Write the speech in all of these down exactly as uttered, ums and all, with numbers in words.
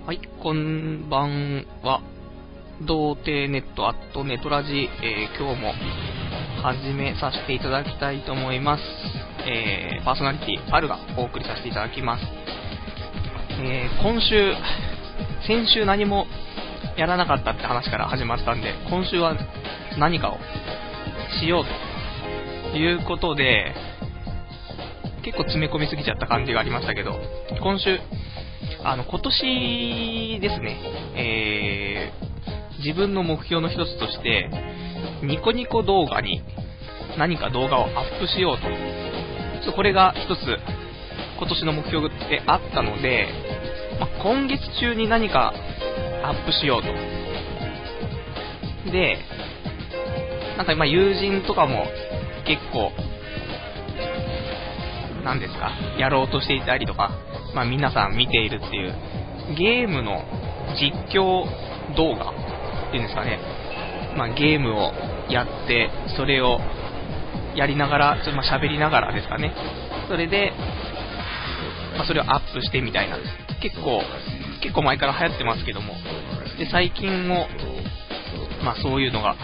はい、こんばんは。童貞ネットアットネトラジ、えー、今日も始めさせていただきたいと思います。えー、パーソナリティパルがお送りさせていただきます。えー、今週、先週何もやらなかったって話から始まったんで、今週は何かをしようということで、結構詰め込みすぎちゃった感じがありましたけど、今週あの今年ですね、えー、自分の目標の一つとしてニコニコ動画に何か動画をアップしようと、ちょっとこれが一つ今年の目標であったので、まあ、今月中に何かアップしようと。で、なんか今友人とかも結構なんですか、やろうとしていたりとか、まあ皆さん見ているっていうゲームの実況動画っていうんですかね。まあゲームをやってそれをやりながら、ちょっとまあ喋りながらですかね。それで、まあ、それをアップしてみたいな、結構結構前から流行ってますけども、で最近もまあそういうのが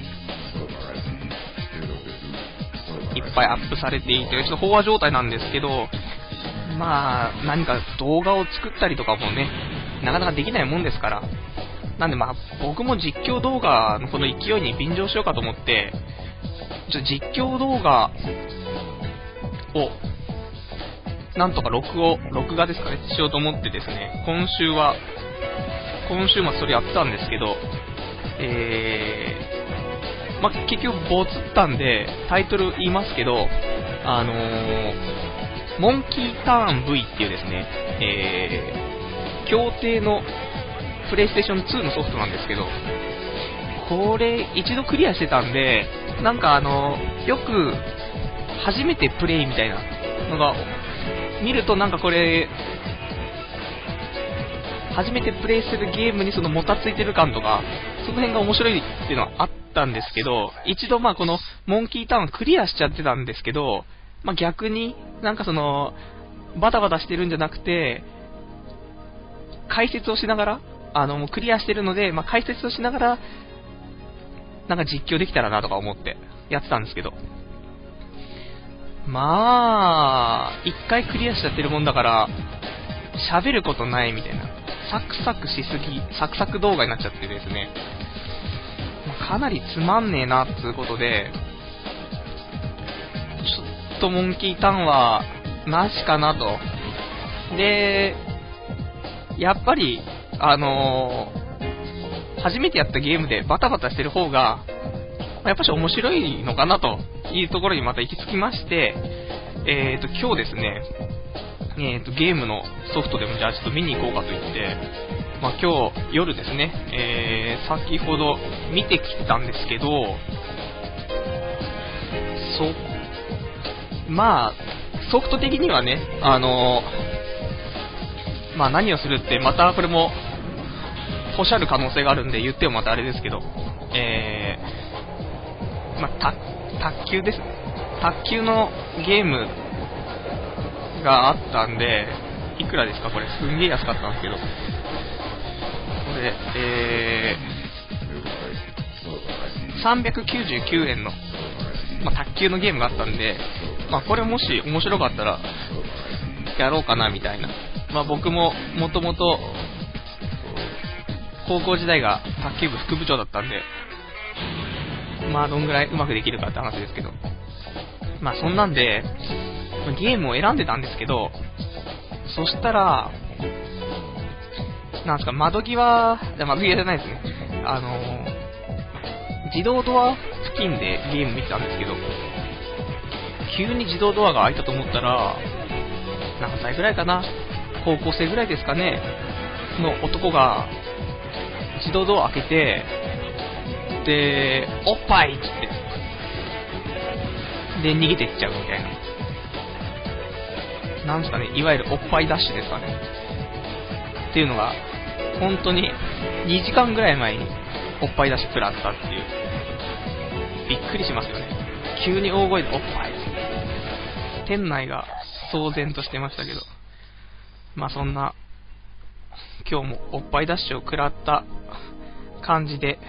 いっぱいアップされていて、ちょっと飽和状態なんですけど、まあ何か動画を作ったりとかもね、なかなかできないもんですから、なんでまあ僕も実況動画のこの勢いに便乗しようかと思って、ちょっと実況動画をなんとか録音録画ですかねしようと思ってですね、今週は今週末それやってたんですけど、えー、まあ結局ボツったんでタイトル言いますけど、あのーモンキーターン V っていうですね、えー、協定のプレイステーションツーのソフトなんですけど、これ一度クリアしてたんで、なんかあのよく初めてプレイみたいなのが見ると、なんかこれ初めてプレイするゲームにそのもたついてる感とか、その辺が面白いっていうのはあったんですけど、一度まあこのモンキーターンクリアしちゃってたんですけど、まあ、逆になんかそのバタバタしてるんじゃなくて、解説をしながら、あのもうクリアしてるので、まあ、解説をしながらなんか実況できたらなとか思ってやってたんですけど、まあ一回クリアしちゃってるもんだから喋ることないみたいな、サクサクしすぎ、サクサク動画になっちゃってですね、かなりつまんねえなっていうことで、ちょっとモンキーターンはなしかなと。で、やっぱりあのー、初めてやったゲームでバタバタしてる方がやっぱし面白いのかなというところにまた行き着きまして、えーと今日ですね、えーとゲームのソフトでもじゃあちょっと見に行こうかと言って、まあ、今日夜ですね、えー、先ほど見てきてたんですけど、そまあソフト的にはね、あのー、まあ何をするってまたこれもポシャる可能性があるんで言ってもまたあれですけど、えー、まあ卓球ですね、卓球のゲームがあったんで、いくらですかこれ、すんげえ安かったんですけど、これ、えー、さんびゃくきゅうじゅうきゅうえんの、まあ、卓球のゲームがあったんで、まあ、これもし面白かったらやろうかなみたいな。まあ、僕ももともと高校時代が卓球部副部長だったんで、まあどんぐらいうまくできるかって話ですけど、まあそんなんでゲームを選んでたんですけど、そしたらなんすか、窓際じゃ窓際じゃないですね、あのー、自動ドア付近でゲーム見てたんですけど、急に自動ドアが開いたと思ったら、何歳ぐらいかな、高校生ぐらいですかねの男が自動ドア開けて、でおっぱいっつってで逃げてっちゃうみたいな、なんすかね、いわゆるおっぱいダッシュですかねっていうのが本当ににじかんぐらい前におっぱいダッシュ食らったっていう、びっくりしますよね。急に大声でおっぱい、店内が騒然としてましたけど、まあそんな今日もおっぱいダッシュを食らった感じで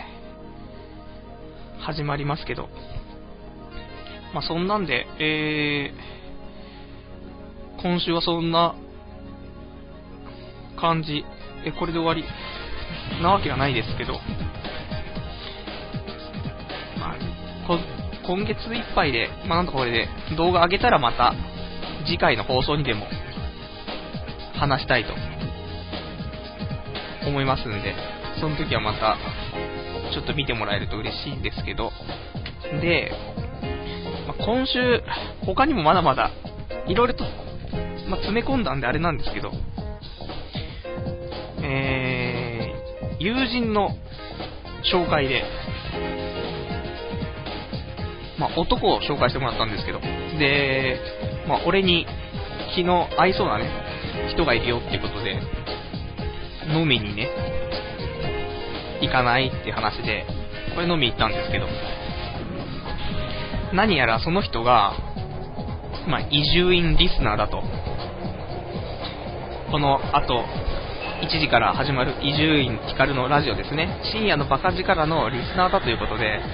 始まりますけど、まあそんなんで、えー、今週はそんな感じ、え、これで終わりなわけがないですけど、まあ、こ今月いっぱいで、まあなんとかこれで動画上げたらまた次回の放送にでも話したいと思いますんで、その時はまたちょっと見てもらえると嬉しいんですけど、で、まあ、今週他にもまだまだいろいろと、まあ、詰め込んだんであれなんですけど、えー、友人の紹介で、まあ、男を紹介してもらったんですけど、で、まあ、俺に気の合いそうなね人がいるよっていうことで、飲みにね行かないっていう話で、これ飲み行ったんですけど、何やらその人が、まあ、伊集院リスナーだと。この後いちじから始まる伊集院光のラジオですね、深夜のバカ力のリスナーだということで、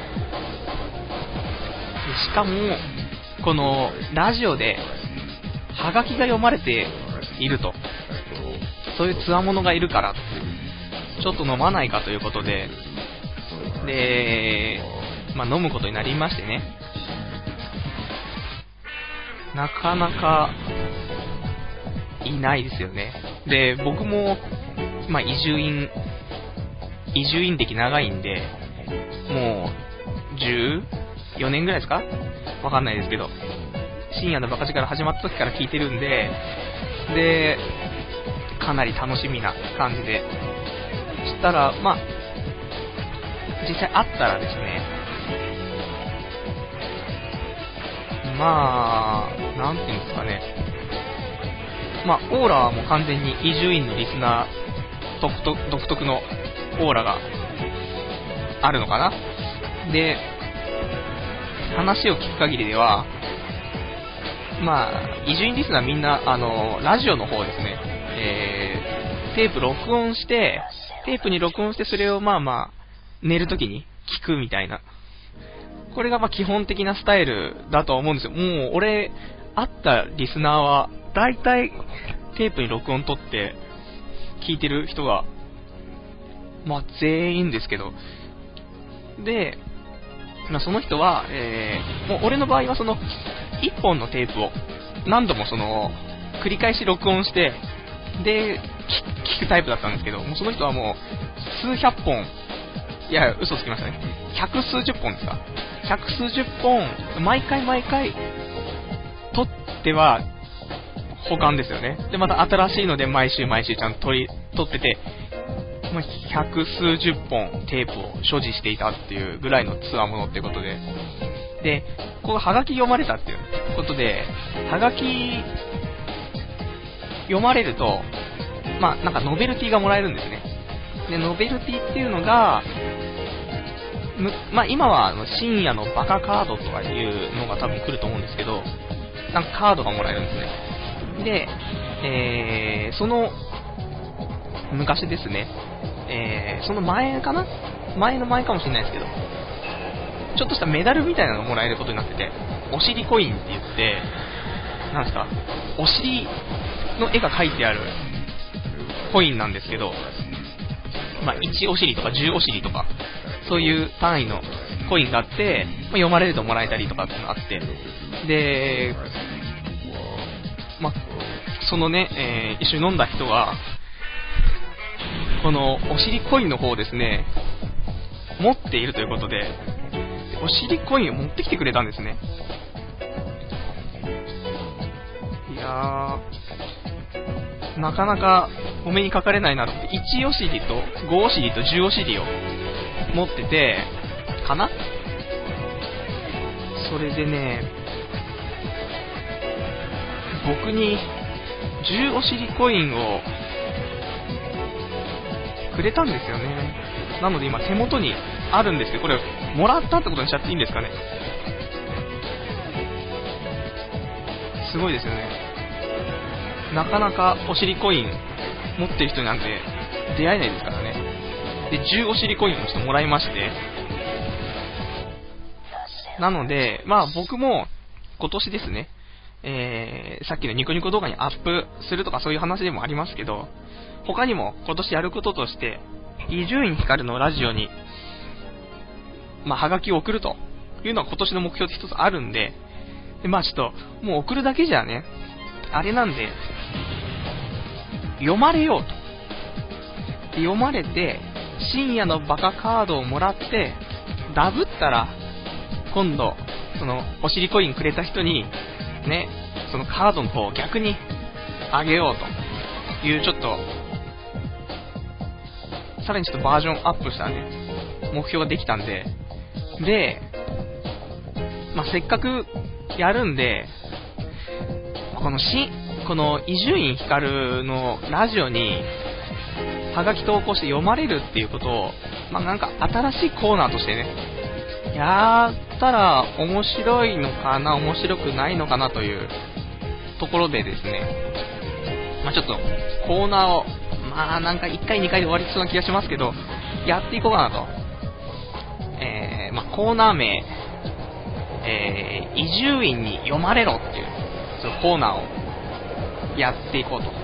しかもこのラジオでハガキが読まれていると、そういうつわものがいるからちょっと飲まないかということで、で、まあ、飲むことになりましてね、なかなかいないですよね。で、僕もまあ伊集院伊集院歴長いんで、もうじゅうよねんぐらいですか、わかんないですけど、深夜のバカ力始まった時から聞いてるんで、でかなり楽しみな感じで、そしたらまあ実際会ったらですね、まあなんていうんですかね、まあオーラはもう完全に伊集院のリスナー独特、独特のオーラがあるのかな。で、話を聞く限りでは、まあ伊集院リスナーみんなあのラジオの方ですね、えー、テープ録音してテープに録音してそれをまあまあ寝るときに聞くみたいな、これがまあ基本的なスタイルだと思うんですよ。もう俺会ったリスナーはだいたいテープに録音取って聞いてる人がまあ全員ですけど、で、まあ、その人は、えー、もう俺の場合はそのいっぽんのテープを何度もその繰り返し録音してで聞くタイプだったんですけど、もうその人はもう数百本、いや嘘つきましたね、百数十本ですか、百数十本毎回毎回撮っては保管ですよね。でまた新しいので毎週毎週ちゃんと撮り撮ってて、まあ、百数十本テープを所持していたっていうぐらいのつわものってことで、でここハガキ読まれたっていうことで、ハガキ読まれるとまあなんかノベルティがもらえるんですね。でノベルティっていうのがむまあ今はあの深夜のバカカードとかいうのが多分来ると思うんですけど、なんかカードがもらえるんですね。で、えー、その昔ですね、えー、その前かな前の前かもしれないですけど、ちょっとしたメダルみたいなのがもらえることになってて、お尻コインって言って、なんですか、お尻の絵が描いてあるコインなんですけど、まあ、いちお尻とかじゅうお尻とかそういう単位のコインがあって、まあ、読まれるともらえたりとかっていうのがあって、で、まあ、そのね、えー、一緒に飲んだ人はこのお尻コインの方をですね持っているということで、お尻コインを持ってきてくれたんですね。いやー、なかなかお目にかかれないなって、いちお尻とごお尻とじゅうお尻を持っててかな。それでね、僕にじゅうお尻コインをくれたんですよね。なので今手元にあるんですけど、これもらったってことにしちゃっていいんですかね。すごいですよね。なかなかお尻コイン持ってる人なんて出会えないですからね。で、じゅうおしりコインもちょっともらいまして、なので、まあ僕も今年ですね、えー、さっきのニコニコ動画にアップするとかそういう話でもありますけど、他にも今年やることとして、伊集院光のラジオに、まあ、はがきを送るというのは今年の目標で一つあるんで、でまあちょっと、もう送るだけじゃね、あれなんで、読まれようと。で読まれて、深夜のバカカードをもらって、ダブったら、今度、その、おしりコインくれた人に、ね、そのカードの方を逆にあげようという、ちょっと、さらにちょっとバージョンアップしたね、目標ができたんで、で、まあ、せっかくやるんで、このし、この伊集院光のラジオに、はがき投稿して読まれるっていうことを、まあ、なんか新しいコーナーとしてね、やったら面白いのかな、面白くないのかなというところでですね、まあ、ちょっとコーナーを、まあなんかいっかいにかいで終わりそうな気がしますけど、やっていこうかなと。えー、まあコーナー名、えー、伊集院に読まれろっていう、そのコーナーをやっていこうと。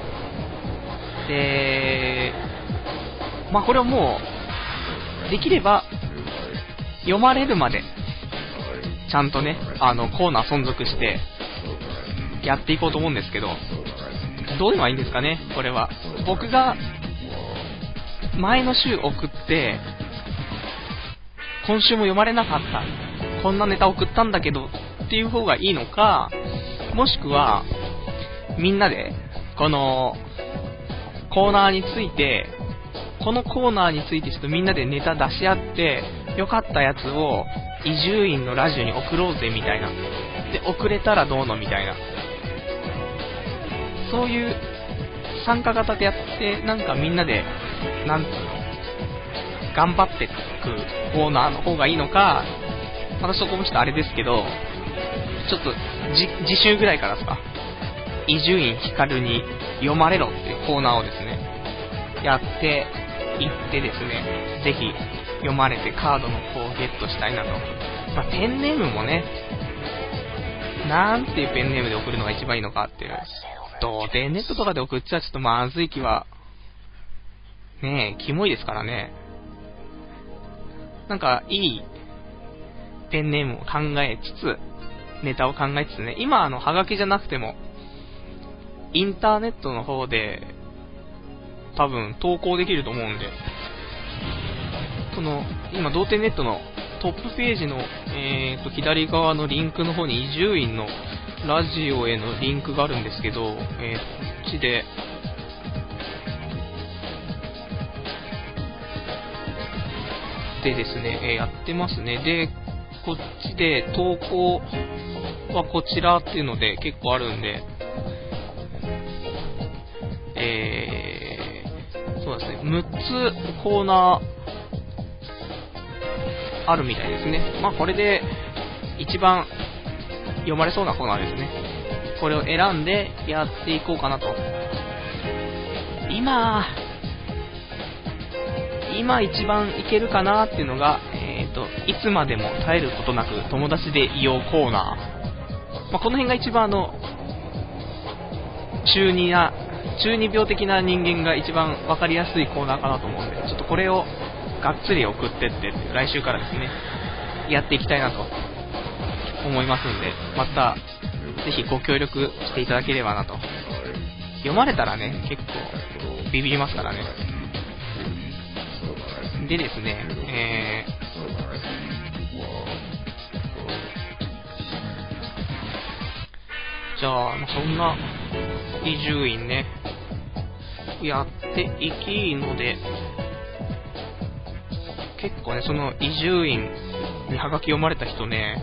で、まあこれをもう、できれば、読まれるまで、ちゃんとね、あの、コーナー存続して、やっていこうと思うんですけど、どういうのがいいんですかね、これは。僕が、前の週送って、今週も読まれなかった。こんなネタ送ったんだけど、っていう方がいいのか、もしくは、みんなで、この、コーナーについて、このコーナーについてちょっとみんなでネタ出し合って、よかったやつを伊集院のラジオに送ろうぜみたいな。で、送れたらどうのみたいな。そういう参加型でやって、なんかみんなで、なんつうの、頑張っていくコーナーの方がいいのか、私そこもちょっとあれですけど、ちょっとじ次週ぐらいからさ、伊集院光に読まれろっていうコーナーをですね、やっていってですね、ぜひ読まれてカードの方をゲットしたいなと。まあ、ペンネームもね、なんていうペンネームで送るのが一番いいのかっていう。どうでネットとかで送っちゃちょっとまずい気は、ねえ、キモいですからね。なんか、いいペンネームを考えつつ、ネタを考えつつね、今あの、ハガキじゃなくても、インターネットの方で、多分投稿できると思うんで、この、今、童貞ネットのトップページの、えーと、左側のリンクの方に伊集院のラジオへのリンクがあるんですけど、えー、こっちで、でですね、えー、やってますね。で、こっちで投稿はこちらっていうので結構あるんで、えー、そうですね、むっつコーナーあるみたいですね。まあこれで一番読まれそうなコーナーですね。これを選んでやっていこうかなと。今、今一番いけるかなっていうのが、えーと、いつまでも絶えることなく友達でいようコーナー。まあ、この辺が一番あの、中二な、中二病的な人間が一番わかりやすいコーナーかなと思うんで、ちょっとこれをがっつり送ってって、来週からですね、やっていきたいなと思いますんで、また、ぜひご協力していただければなと。読まれたらね、結構、ビビりますからね。でですね、えー、じゃあ、そんな伊集院ね、やっていきので、結構ね、その伊集院にハガキ読まれた人ね、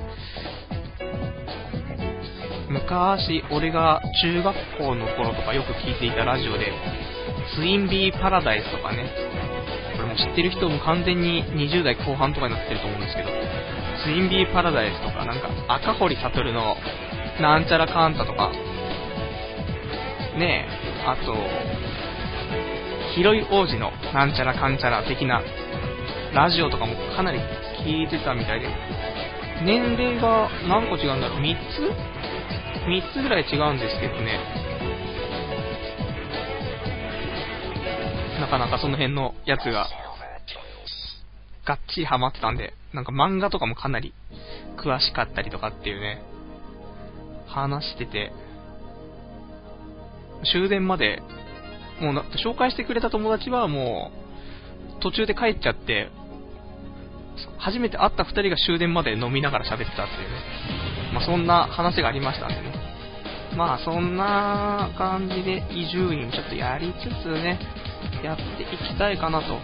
昔俺が中学校の頃とかよく聞いていたラジオで、ツインビーパラダイスとかね、これも知ってる人も完全ににじゅう代後半とかになってると思うんですけど、ツインビーパラダイスとか、なんか赤堀悟のなんちゃらカンタとかねえ、あと広い王子のなんちゃらかんちゃら的なラジオとかもかなり聞いてたみたいで、年齢が何個違うんだろう、みっつ ?みっ つぐらい違うんですけどね、なかなかその辺のやつががっちりハマってたんで、なんか漫画とかもかなり詳しかったりとかっていうね、話してて、終電まで、もうな紹介してくれた友達はもう途中で帰っちゃって、初めて会ったふたりが終電まで飲みながら喋ってたっていうね、まあそんな話がありましたんでね、まあそんな感じで伊集院ちょっとやりつつね、やっていきたいかなと、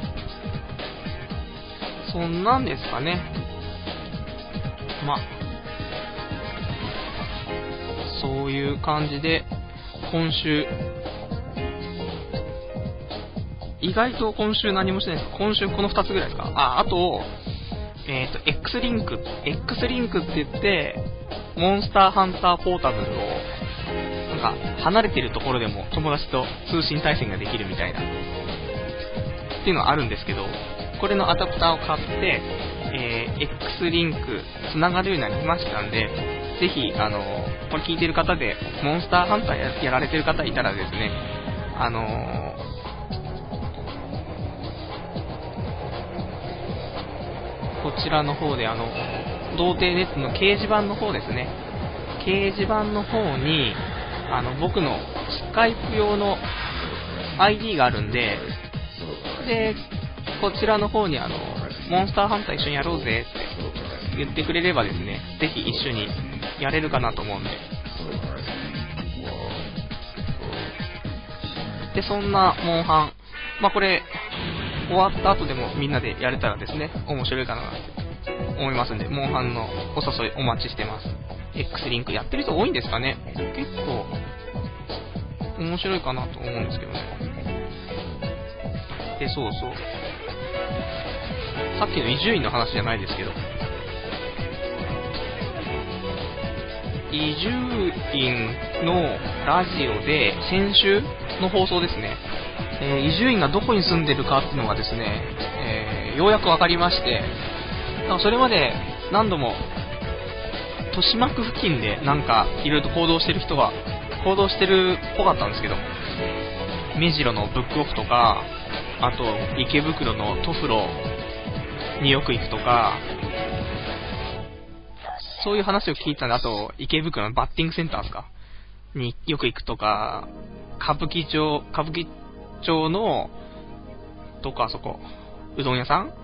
そんなんですかね。まあそういう感じで、今週意外と今週何もしてないです。今週このふたつぐらいですか。あ、あとえっと X リンク X リンクって言って、モンスターハンターポータブルをなんか離れてるところでも友達と通信対戦ができるみたいなっていうのがあるんですけど、これのアダプターを買って、えー、X リンクつながるようになりましたんで、ぜひあのー、これ聞いてる方でモンスターハンター や, やられてる方いたらですね、あのー、こちらの方であの童貞ネットの掲示板の方ですね、掲示板の方にあの僕のスカイプ用の アイディー があるんで、でこちらの方にあのモンスターハンター一緒にやろうぜって言ってくれればですね、ぜひ一緒にやれるかなと思うんで、でそんなモンハン、まあこれ終わった後でもみんなでやれたらですね、面白いかなと思いますんで、モンハンのお誘いお待ちしてます。 X リンクやってる人多いんですかね。結構面白いかなと思うんですけどね。でそうそう、さっきの伊集院の話じゃないですけど、伊集院のラジオで先週の放送ですね、えー、伊集院がどこに住んでるかっていうのがですね、えー、ようやく分かりまして、なんかそれまで何度も豊島区付近でなんかいろいろと行動してる人が行動してるっぽかったんですけど、目白のブックオフとか、あと池袋のトフロによく行くとか、そういう話を聞いたんで、あと池袋のバッティングセンターですかによく行くとか、歌舞伎町歌舞伎町のどこあそこうどん屋さん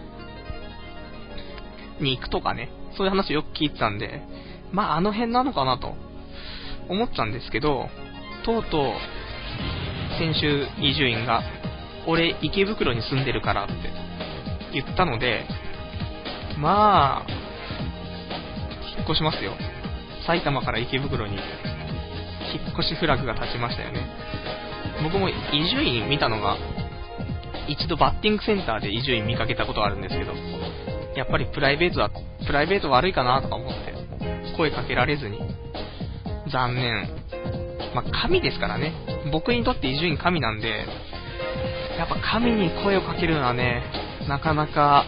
に行くとかね、そういう話をよく聞いてたんで、まああの辺なのかなと思ったんですけど、とうとう先週伊集院が俺池袋に住んでるからって言ったので、まあ引っ越しますよ。埼玉から池袋に引っ越しフラグが立ちましたよね。僕も伊集院見たのが一度バッティングセンターで伊集院見かけたことがあるんですけど、やっぱりプライベートだプライベート悪いかなとか思って声かけられずに残念。まあ神ですからね、僕にとって伊集院神なんで、やっぱ神に声をかけるのはね、なかなか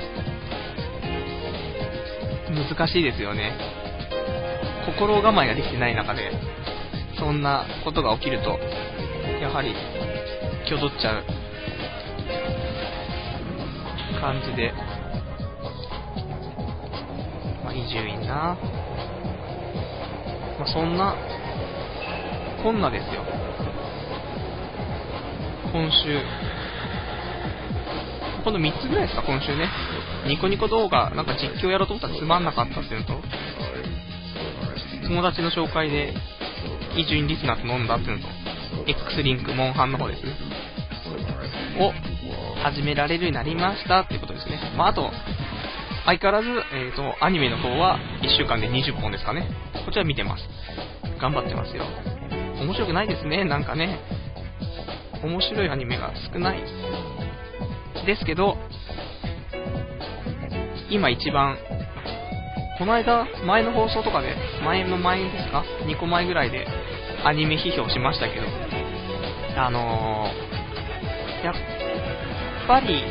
難しいですよね。心構えができてない中でそんなことが起きるとやはり気を取っちゃう感じで、まあ伊集院な、まあ、そんなこんなですよ。今週今度みっつぐらいですか、今週ね。ニコニコ動画なんか実況やろうと思ったらつまんなかったっていうのと、友達の紹介で伊集院リスナーと飲んだっていうのと、 X リンクモンハンの方ですねを始められるようになりましたっていうことですね。まああと相変わらず、えーとアニメの方はいっしゅうかんでにじゅっぽんですかね、こちら見てます。頑張ってますよ。面白くないですね、なんかね、面白いアニメが少ないですけど、今一番この間前の放送とかで前の前ですかにこまえぐらいでアニメ批評しましたけど、あのー、 やっぱり、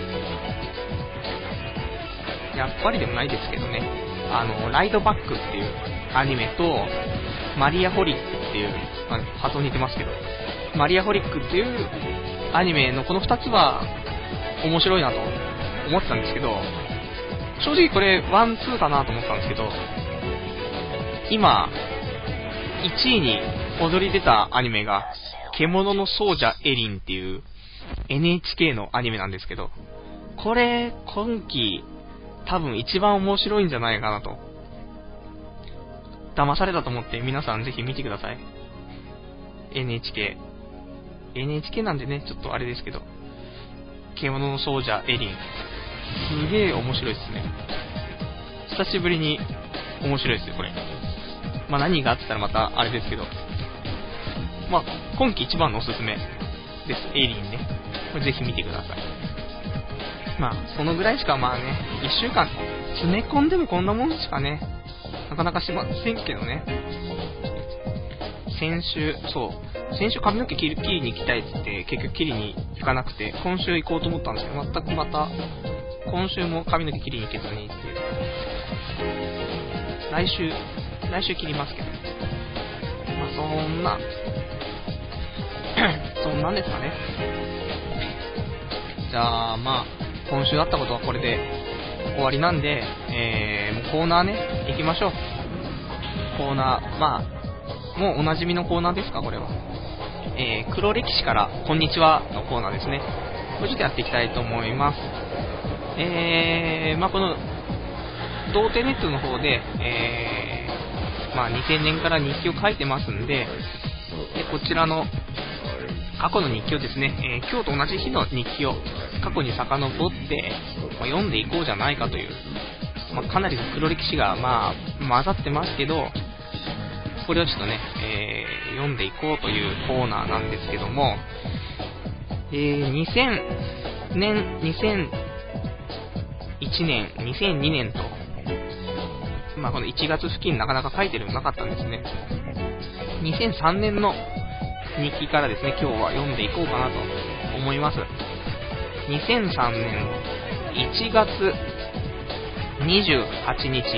やっぱりでもないですけどね、あの、ライドバックっていうアニメと、マリアホリックっていう、まあ、発音似てますけど、マリアホリックっていうアニメのこのふたつは面白いなと思ってたんですけど、正直これワンツーかなと思ったんですけど、今いちいに躍り出たアニメが獣の奏者エリンっていう エヌエイチケー のアニメなんですけど、これ今季多分一番面白いんじゃないかなと。騙されたと思って皆さんぜひ見てください。 エヌエイチケー エヌエイチケー なんでね、ちょっとあれですけど、獣の奏者エリンすげえ面白いですね。久しぶりに面白いですよこれ。まあ何があってたらまたあれですけど、まあ今季一番のおすすめです、エイリンね。これぜひ見てください。まあそのぐらいしかまあね、いっしゅうかん詰め込んでもこんなもんしかね、なかなかしませんけどね。先週、そう先週髪の毛切り切りに行きたいって言って結局切りに行かなくて、今週行こうと思ったんですけど、全くまた今週も髪の毛切りに行けずにって、来週来週切りますけど、まあそんなそんなんですかね。じゃあまあ今週あったことはこれで終わりなんで、えー、もうコーナーね行きましょう。コーナー、まあもうおなじみのコーナーですかこれは。えー、黒歴史からこんにちはのコーナーですね。これちょっとやっていきたいと思います。えー、まあこの童貞ネットの方で、えー、まあにせんねんから日記を書いてますんで、でこちらの過去の日記をですね、えー、今日と同じ日の日記を過去に遡って、まあ、読んでいこうじゃないかという、まあ、かなり黒歴史がまあ混ざってますけど、これをちょっとね、えー、読んでいこうというコーナーなんですけども、えー、にせんねん、にせんいちねん、にせんにねんと、まあ、このいちがつ付近なかなか書いてるのなかったんですね。にせんさんねんの日記からですね、今日は読んでいこうかなと思います。にせんさんねんいちがつにじゅうはちにち、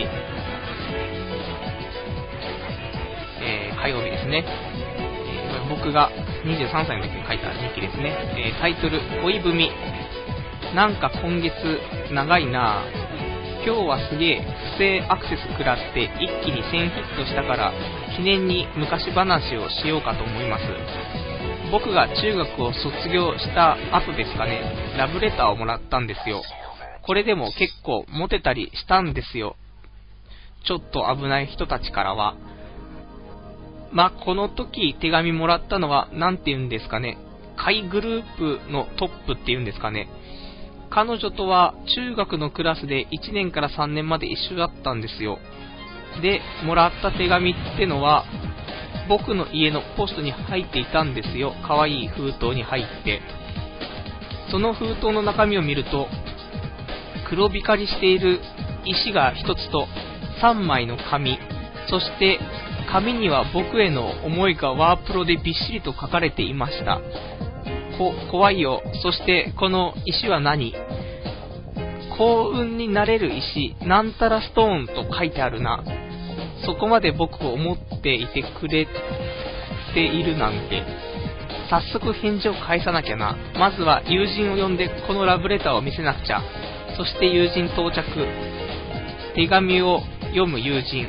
えー、火曜日ですね、えー、僕がにじゅうさんさいの時に書いた日記ですね、えー、タイトル恋文。なんか今月長いなぁ、今日はすげえ不正アクセス食らって一気にせんヒットしたから記念に昔話をしようかと思います。僕が中学を卒業した後ですかね、ラブレターをもらったんですよ。これでも結構モテたりしたんですよ、ちょっと危ない人たちからは。まあこの時手紙もらったのはなんて言うんですかね、下位グループのトップっていうんですかね。彼女とは中学のクラスでいちねんからさんねんまで一緒だったんですよ。で、もらった手紙ってのは僕の家のポストに入っていたんですよ。可愛い封筒に入って。その封筒の中身を見ると、黒光りしている石が一つとさんまいの紙、そして紙には僕への思いがワープロでびっしりと書かれていました。こ怖いよ。そしてこの石は何？幸運になれる石、なんたらストーンと書いてあるな。そこまで僕を思っていてくれているなんて。早速返事を返さなきゃな。まずは友人を呼んでこのラブレターを見せなくちゃ。そして友人到着。手紙を読む友人。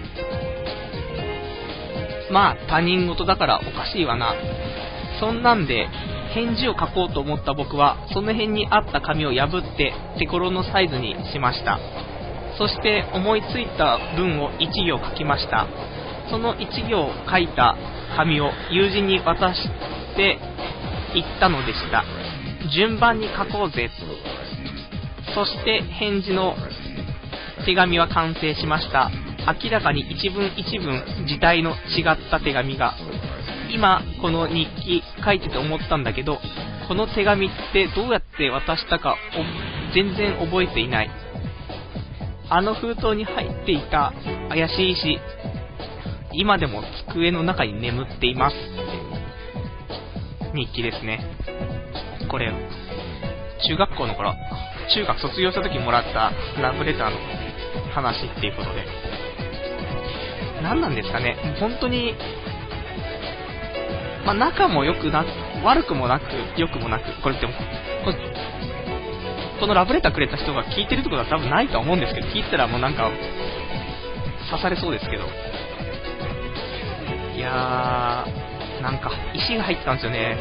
まあ他人事だからおかしいわな。そんなんで返事を書こうと思った僕はその辺にあった紙を破って手頃のサイズにしました。そして思いついた文をいち行書きました。そのいち行書いた紙を友人に渡して言ったのでした。順番に書こうぜ。そして返事の手紙は完成しました。明らかに一文一文字体の違った手紙が。今この日記書いてて思ったんだけど、この手紙ってどうやって渡したか全然覚えていない。あの封筒に入っていた怪しい石、今でも机の中に眠っています。日記ですね。これ中学校の頃、中学卒業した時にもらったラブレターの話っていうことで、何なんですかね、本当に、まあ、仲も良くなく、悪くもなく、良くもなく、これっても、こ, このラブレターくれた人が聞いてるってことは多分ないとは思うんですけど、聞いてたらもうなんか、刺されそうですけど、いやー、なんか、石が入ってたんですよね。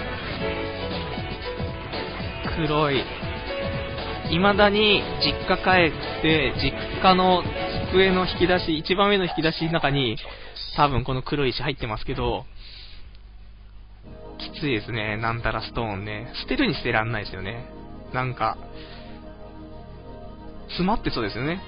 黒い。未だに実家帰って、実家の机の引き出し、一番上の引き出しの中に、多分この黒い石入ってますけど、きついですね、なんたらストーンね。捨てるに捨てらんないですよね。なんか、詰まってそうですよね。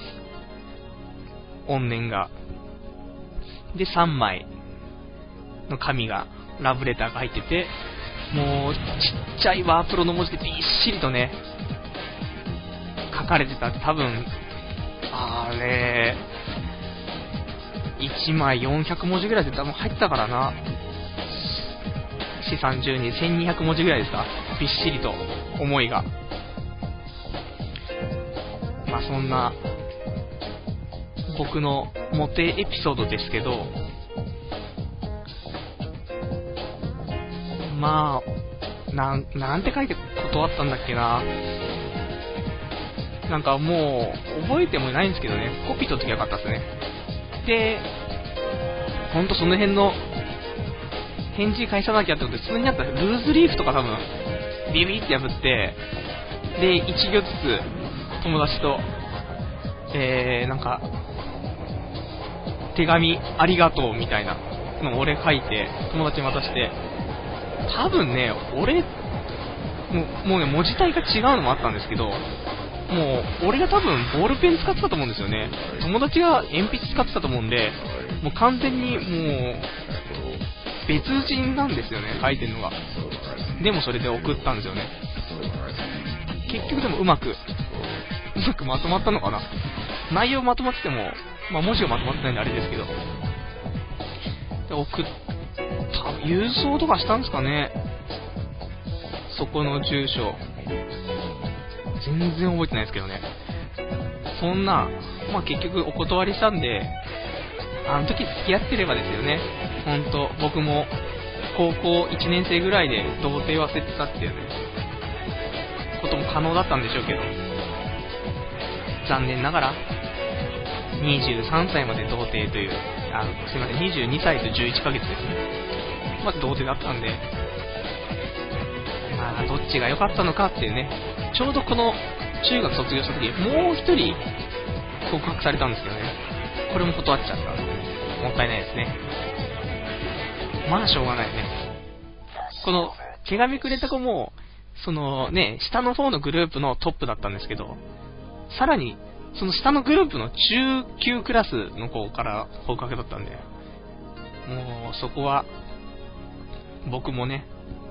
怨念が。で、さんまいの紙が、ラブレターが入ってて、もう、ちっちゃいワープロの文字でびっしりとね、書かれてた。多分、あれ、いちまいよんひゃくもじぐらいで多分入ってたからな。よん、さんじゅうに、せんにひゃくもじぐらいですか。びっしりと、思いが。まあそんな、僕のモテエピソードですけど、まあ、なん、なんて書いて断ったんだっけな。なんかもう、覚えてもないんですけどね、コピー取っときゃよかったですね。で、ほんとその辺の、返事返さなきゃってことで、その辺にあったルーズリーフとか多分、ビビって破って、で、一行ずつ、友達と、えー、なんか、手紙ありがとうみたいなのを俺書いて、友達に渡して、多分ね、俺、もう、もうね、文字体が違うのもあったんですけど、もう、俺が多分、ボールペン使ってたと思うんですよね。友達が鉛筆使ってたと思うんで、もう完全に、もう、別人なんですよね、書いてるのが。でもそれで送ったんですよね。結局でもうまく、うまくまとまったのかな。内容まとまってても、まあ文字がまとまってないんであれですけど。で、送った、郵送とかしたんですかね。そこの住所。全然覚えてないですけどね。そんな、まあ結局お断りしたんで、あの時付き合ってればですよね。ほんと、僕も高校いちねん生ぐらいで童貞忘れてたっていうね、ことも可能だったんでしょうけど、残念ながら、にじゅうさんさいまで童貞という、あ、すいません、にじゅうにさいとじゅういっかげつですね。まあ童貞だったんで、まあどっちが良かったのかっていうね、ちょうどこの中学卒業した時、もう一人告白されたんですけどね、これも断っちゃったんで、もったいないですね。まあしょうがないね。この手紙くれた子も、そのね、下の方のグループのトップだったんですけど、さらに、その下のグループの中級クラスの子から告白だったんで、もうそこは、僕もね、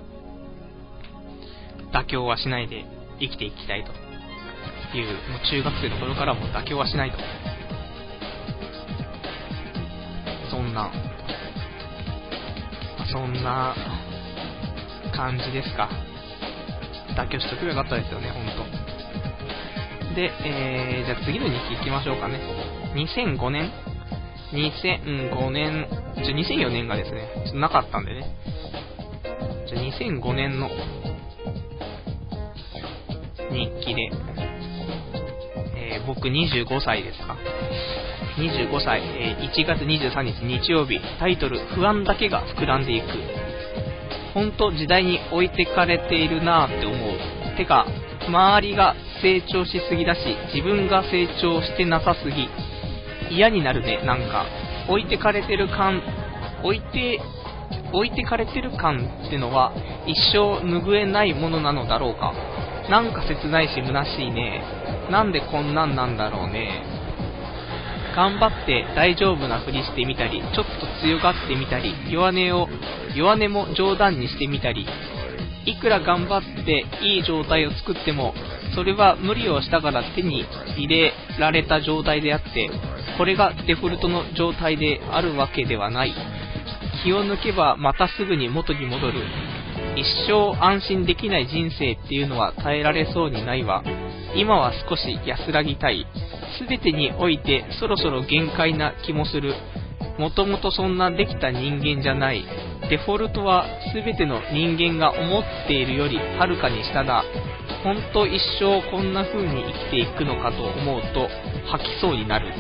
妥協はしないで生きていきたいという、もう中学生の頃からも妥協はしないと。そんな、そんな感じですか。妥協しとけばよかったですよね、ほんと。で、えー、じゃあ次の日記行きましょうかね。にせんごねん ?にせんごねん、じゃにせんよねんがですね、ちょっとなかったんでね。じゃあにせんごねんの日記で、えー、僕にじゅうごさいですか。にじゅうごさい、えー、いちがつにじゅうさんにち日曜日、タイトル、不安だけが膨らんでいく。ほんと時代に置いてかれているなーって思う。てか、周りが成長しすぎだし、自分が成長してなさすぎ。嫌になるね、なんか。置いてかれてる感、置いて、置いてかれてる感ってのは、一生拭えないものなのだろうか。なんか切ないし虚しいね。なんでこんなんなんだろうね。頑張って大丈夫なふりしてみたり、ちょっと強がってみたり、弱音を、弱音も冗談にしてみたり、いくら頑張っていい状態を作っても、それは無理をしたから手に入れられた状態であって、これがデフォルトの状態であるわけではない。気を抜けばまたすぐに元に戻る。 一生安心できない人生っていうのは耐えられそうにないわ。今は少し安らぎたい。すべてにおいてそろそろ限界な気もする。もともとそんなできた人間じゃない。デフォルトはすべての人間が思っているよりはるかに下だ。ほんと一生こんな風に生きていくのかと思うと吐きそうになる。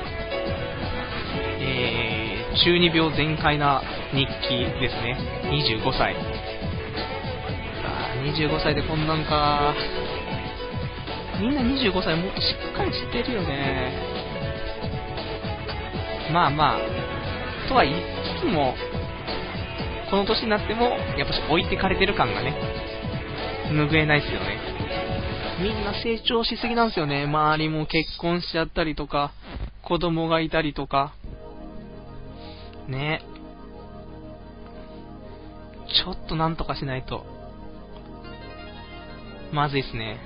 えー、中二病全開な日記ですね。にじゅうごさい。あー、にじゅうごさいでこんなんか。みんなにじゅうごさいもっとしっかりしてるよね。まあまあとは言いつつも、この年になってもやっぱし置いてかれてる感がね拭えないですよね。みんな成長しすぎなんですよね。周りも結婚しちゃったりとか、子供がいたりとかね。ちょっとなんとかしないとまずいっすね。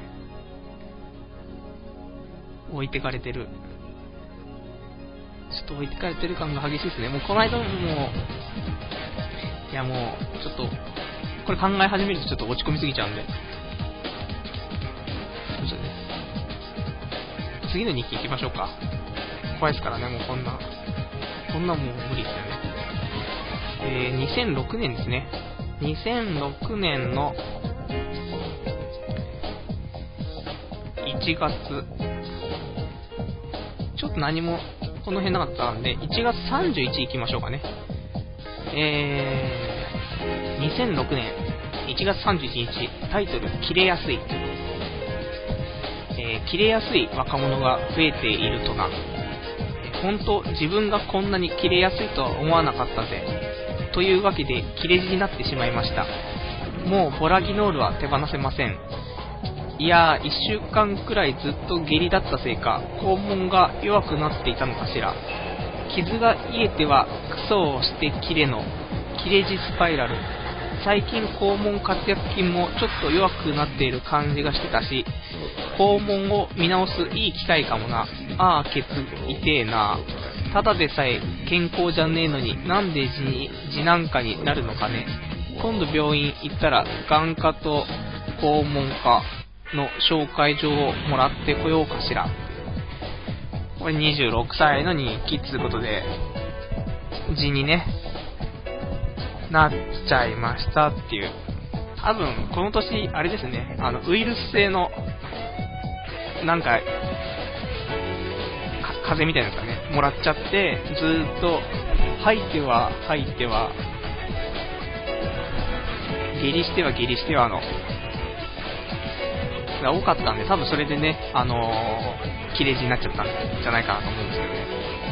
置いてかれてる。ちょっと置いてかれてる感が激しいですね。もうこの間ももう、いやもう、ちょっと、これ考え始めるとちょっと落ち込みすぎちゃうんで。ちょっとね、次の日記行きましょうか。怖いですからね、もうこんな、こんなもう無理ですよね。えー、にせんろくねんですね。にせんろくねんのいちがつ、ちょっと何もこの辺なかったんで、いちがつさんじゅういち行きましょうかね。えー、にせんろくねんいちがつさんじゅういちにち、タイトル、キレやすい。えー、キレやすい若者が増えているとな。本当、自分がこんなにキレやすいとは思わなかったぜ。というわけで、キレ字になってしまいました。もうボラギノールは手放せません。いやー、いっしゅうかんくらいずっと下痢だったせいか、肛門が弱くなっていたのかしら。傷が癒えてはクソをしてキレのキレ字スパイラル。最近肛門活躍筋もちょっと弱くなっている感じがしてたし、肛門を見直すいい機会かもな。あー、ケツ痛えな。ただでさえ健康じゃねえのになんで痔に痔なんかになるのかね。今度病院行ったら眼科と肛門科の紹介状をもらってこようかしら。これにじゅうろくさいの日記ってことで、痔にねなっちゃいましたっていう。多分この年あれですね、あのウイルス性のなんか風邪みたいなのですかね、もらっちゃって、ずーっと吐いては吐いては下痢しては下痢してはのが多かったんで、多分それでね、あのー、切れ字になっちゃったんじゃないかなと思うんですけどね。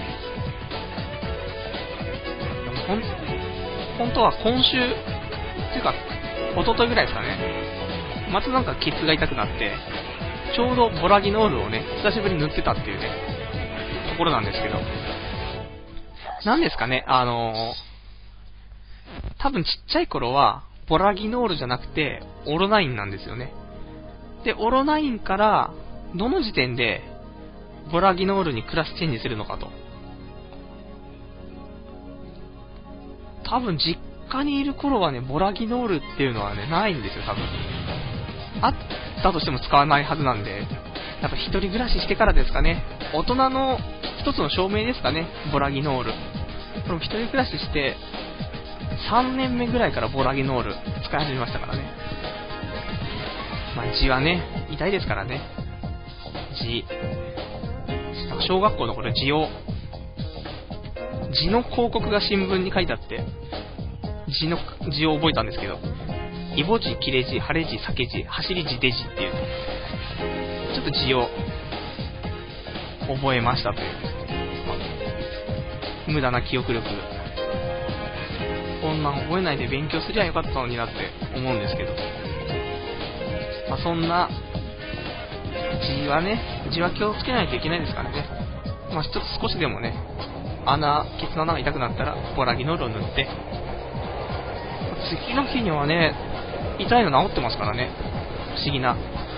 ほん本当は今週っていうか一昨日ぐらいですかね、またなんかケツが痛くなって、ちょうどボラギノールをね久しぶりに塗ってたっていうねところなんですけど、なんですかね、あのー、多分ちっちゃい頃はボラギノールじゃなくてオロナインなんですよね。で、オロナインからどの時点でボラギノールにクラスチェンジするのかと。多分実家にいる頃はね、ボラギノールっていうのはね、ないんですよ、多分。あったとしても使わないはずなんで、やっぱ一人暮らししてからですかね。大人の一つの証明ですかね、ボラギノール。これも一人暮らししてさんねんめぐらいからボラギノール使い始めましたからね。まあ、痔はね、痛いですからね。痔。小学校の頃、痔を、痔の広告が新聞に書いてあって、痔の、痔を覚えたんですけど、イボ痔、切れ痔、腫れ痔、裂け痔、走り痔、出痔っていう、ちょっと痔を覚えましたという、まあ、無駄な記憶力。こんなん覚えないで勉強すりゃよかったのになって思うんですけど、まあ、そんな痔はね、痔は気をつけないといけないですからね。まあ、一つ少しでもね、穴、ケツの穴が痛くなったらボラギノールを塗って、次の日にはね、痛いの治ってますからね。不思議な、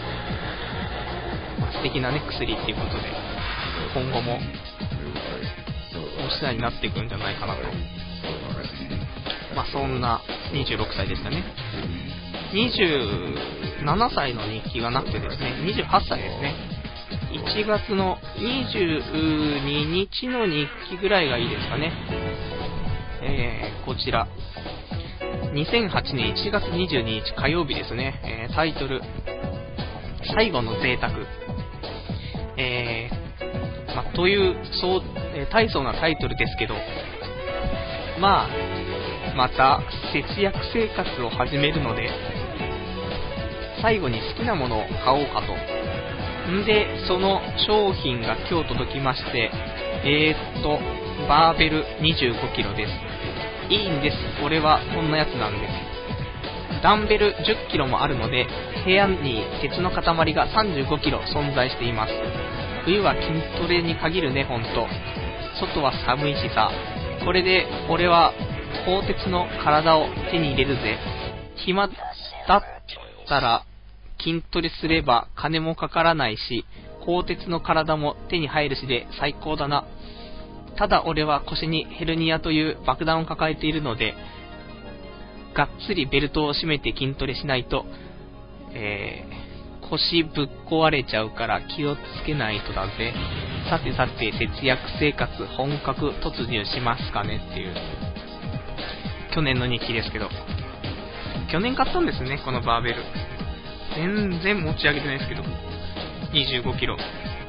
まあ、素敵なね薬っていうことで、今後もお世話になっていくんじゃないかなとまあそんなにじゅうろくさいでしたね。にじゅうななさいの日記がなくてですね、にじゅうはっさいですね。いちがつのにじゅうににちの日記ぐらいがいいですかね。えー、こちらにせんはちねんいちがつにじゅうににち火曜日ですね。えー、タイトル最後の贅沢、えーま、というそう、えー、大層なタイトルですけど、まあまた節約生活を始めるので、最後に好きなものを買おうかと。んで、その商品が今日届きまして、えーっと、バーベル にじゅうごキロ です。いいんです。俺はこんなやつなんです。ダンベル じゅっキロ もあるので、部屋に鉄の塊が さんじゅうごキロ 存在しています。冬は筋トレに限るね、ほんと。外は寒いしさ。これで俺は鋼鉄の体を手に入れるぜ。暇だったら筋トレすれば金もかからないし、鋼鉄の体も手に入るしで最高だな。ただ俺は腰にヘルニアという爆弾を抱えているので、がっつりベルトを締めて筋トレしないと、えー、腰ぶっ壊れちゃうから気をつけないとだぜ。さてさて、節約生活本格突入しますかねっていう去年の日記ですけど、去年買ったんですね、このバーベル。全然持ち上げてないですけど、にじゅうごキロ、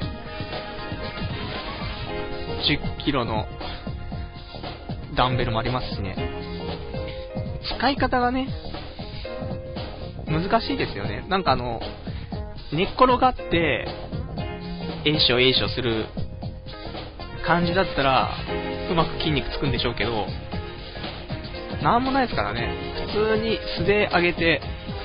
じゅっキロのダンベルもありますしね。使い方がね、難しいですよね。なんかあの、寝っ転がって、えいしょえいしょする感じだったら、うまく筋肉つくんでしょうけど、なんもないですからね。普通に素で上げて、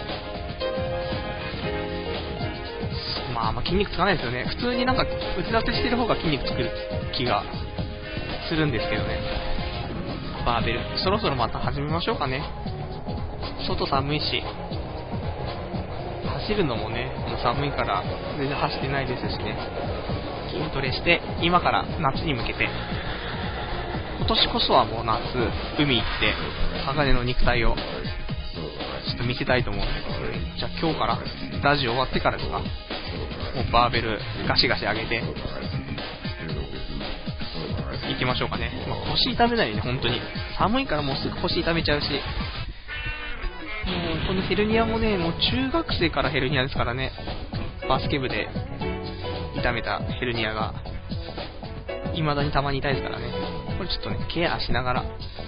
まあまあ筋肉つかないですよね。普通になんか打ち立てしてる方が筋肉つく気がするんですけどね。バーベル、そろそろまた始めましょうかね。外寒いし、走るのもね、もう寒いから全然走ってないですしね。筋トレして今から夏に向けて、今年こそはもう夏海行って鋼の肉体をちょっと見せたいと思うんで、じゃあ今日からラジオ終わってからですか、もうバーベルガシガシ上げて行きましょうかね。まあ、腰痛めないよね、本当に寒いからもうすぐ腰痛めちゃうし、もうこのヘルニアもね、もう中学生からヘルニアですからね。バスケ部で痛めたヘルニアが未だにたまに痛いですからね。これちょっとね、ケアしながら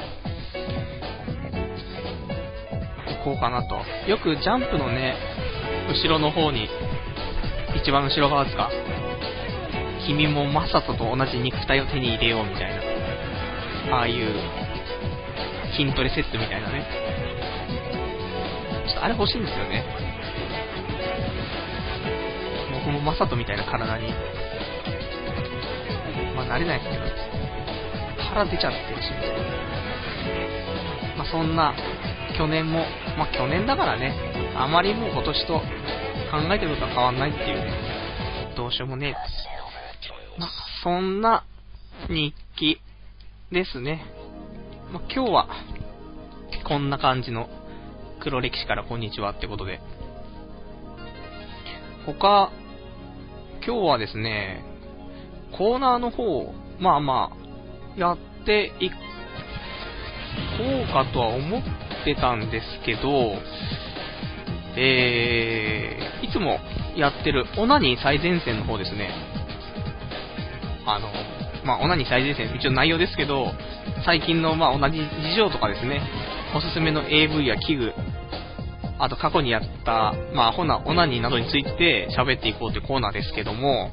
行こうかなと。よくジャンプのね、後ろの方に、一番後ろ側ですか、君もマサトと同じ肉体を手に入れようみたいな、ああいう筋トレセットみたいなね、ちょっとあれ欲しいんですよね。僕もマサトみたいな体に、まあ慣れないですけど、腹出ちゃってるし、まあそんな去年も、まあ去年だからね、あまりもう今年と考えてることは変わんないっていうね、どうしようもねえ。まあそんな日記ですね。まあ今日はこんな感じの黒歴史からこんにちはってことで、他今日はですね、コーナーの方まあまあやっていこうかとは思ってたんですけど、えー、いつもやってるオナニー最前線の方ですね。あのまあオナニー最前線一応内容ですけど、最近のまあ同じ事情とかですね、おすすめの エーブイ や器具、あと過去にやったまあアホなオナニーなどについて喋っていこうというコーナーですけども、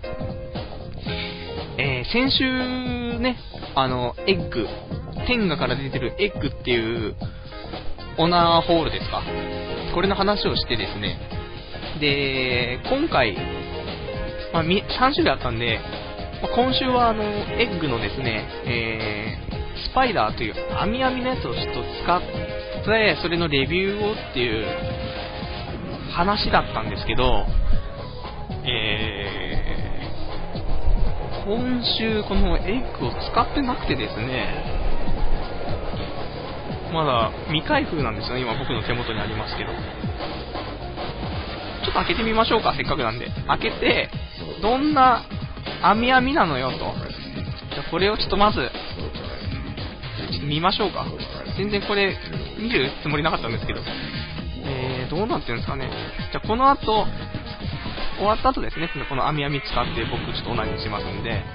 えー、先週ね、あのエッグ、天下から出てるエッグっていうオナーホールですか、これの話をしてですね、で今回、まあ、さん種類あったんで、まあ、今週はあのエッグのですね、えー、スパイダーという網網のやつをちょっと使ってそれのレビューをっていう話だったんですけど、えー、今週このエッグを使ってなくてですね、 まだ未開封なんですよね、今僕の手元にありますけど。ちょっと開けてみましょうか、せっかくなんで。開けて、どんな網網なのよと。じゃあこれをちょっとまず、ちょっと見ましょうか。全然これ、見るつもりなかったんですけど。えー、どうなってるんですかね。じゃあこの後、終わった後ですね、この網網使って僕ちょっと同じしますんで。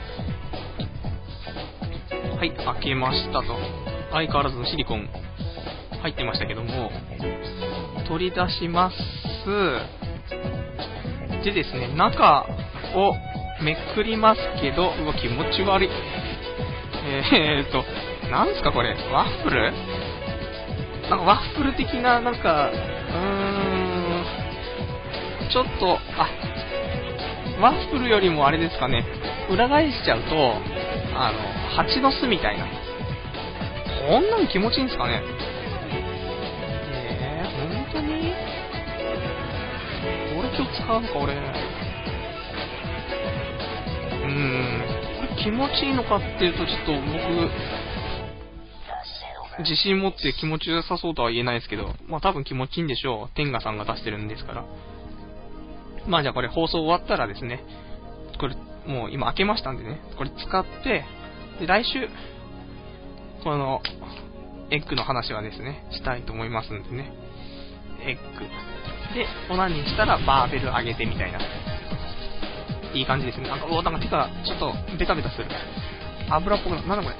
はい、開けましたと。相変わらずのシリコン入ってましたけども、取り出します。でですね、中をめくりますけど、うわ気持ち悪い。えーっとなんすかこれ、ワッフル？なんかワッフル的な、なんかうーんちょっと、あ、ワッフルよりもあれですかね、裏返しちゃうと、あの蜂の巣みたいな、こんなの気持ちいいんですかね。えー、本当にこれ今日使うのか俺。うーんこれ気持ちいいのかっていうとちょっと僕自信持って気持ちよさそうとは言えないですけど、まあ多分気持ちいいんでしょう。天下さんが出してるんですから。まあじゃあこれ放送終わったらですね、これもう今開けましたんでね、これ使って、で来週このエッグの話はですねしたいと思いますんでね。エッグでオナニーしたらバーベル上げてみたいな、いい感じですね。なんかおなんか手がちょっとベタベタする、油っぽくな、なんだこれ。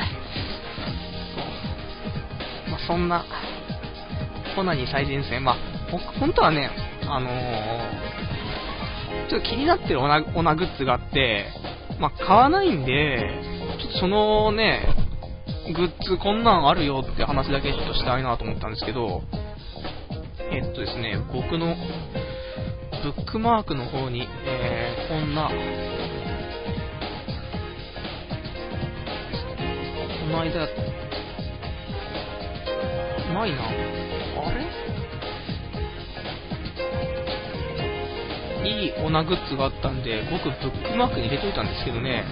まあ、そんなオナニー最前線、まあ僕本当はね、あのー、ちょっと気になってるオナ、オナグッズがあって、まあ買わないんで、ちょっとそのねグッズこんなんあるよって話だけちょっとしたいなと思ったんですけど、えっとですね、僕のブックマークの方に、えー、こんな、この間、ないな、あれ？いいオナグッズがあったんで、僕ブックマークに入れといたんですけどね。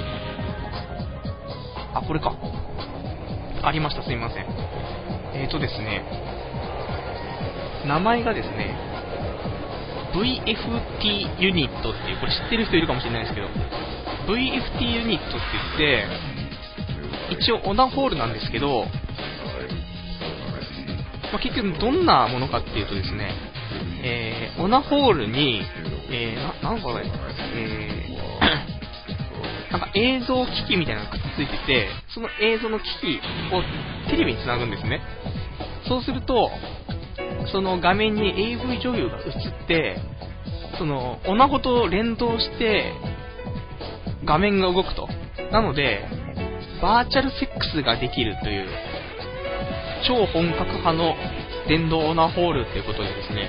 あ、これか。ありました、すいません。えーとですね、名前がですね、ブイエフティー ユニットっていう、これ知ってる人いるかもしれないですけど、ブイエフティー ユニットって言って、一応オナホールなんですけど、まあ、結局どんなものかっていうとですね、えー、オナホールに、えー、な、なんかこれ、えー、なんか映像機器みたいなのがくっついてて、その映像の機器をテレビにつなぐんですね。そうすると、その画面に エーブイ 女優が映って、そのオナホと連動して画面が動くと。なのでバーチャルセックスができるという超本格派の電動オナホールっていうことでですね、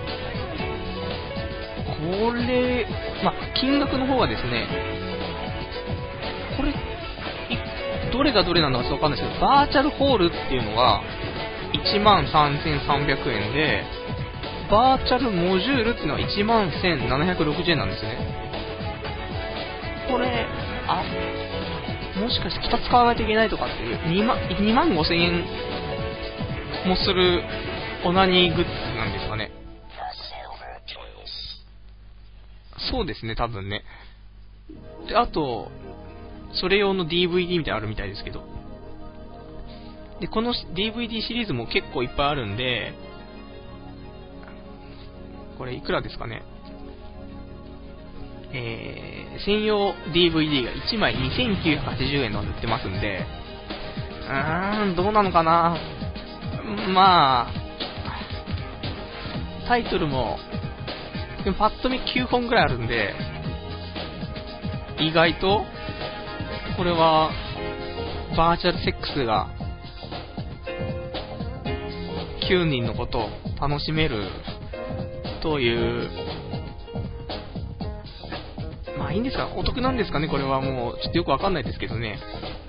これ、まあ、金額の方はですね、これどれがどれなのかちょっとわかんないですけど、バーチャルホールっていうのがいちまんさんぜんさんびゃくえんで、バーチャルモジュールっていうのは いちまんせんななひゃくろくじゅうえんなんですね。これ、あ、もしかしてふたつ買わないといけないとかっていうにまんごせんえんもするオナニーグッズなんですかね。そうですね、多分ね。で、あとそれ用の ディーブイディー みたいなのあるみたいですけど、でこの ディーブイディー シリーズも結構いっぱいあるんで、これいくらですかね。えー、専用 ディーブイディー がいちまいにせんきゅうひゃくはちじゅうえんの売ってますんで、うーん、どうなのかな。まあ、タイトルも、でもパッと見きゅうほんぐらいあるんで、意外と、これは、バーチャルセックスが、きゅうにんのことを楽しめる、という、まあいいんですか、お得なんですかね、これはもう、ちょっとよくわかんないですけどね。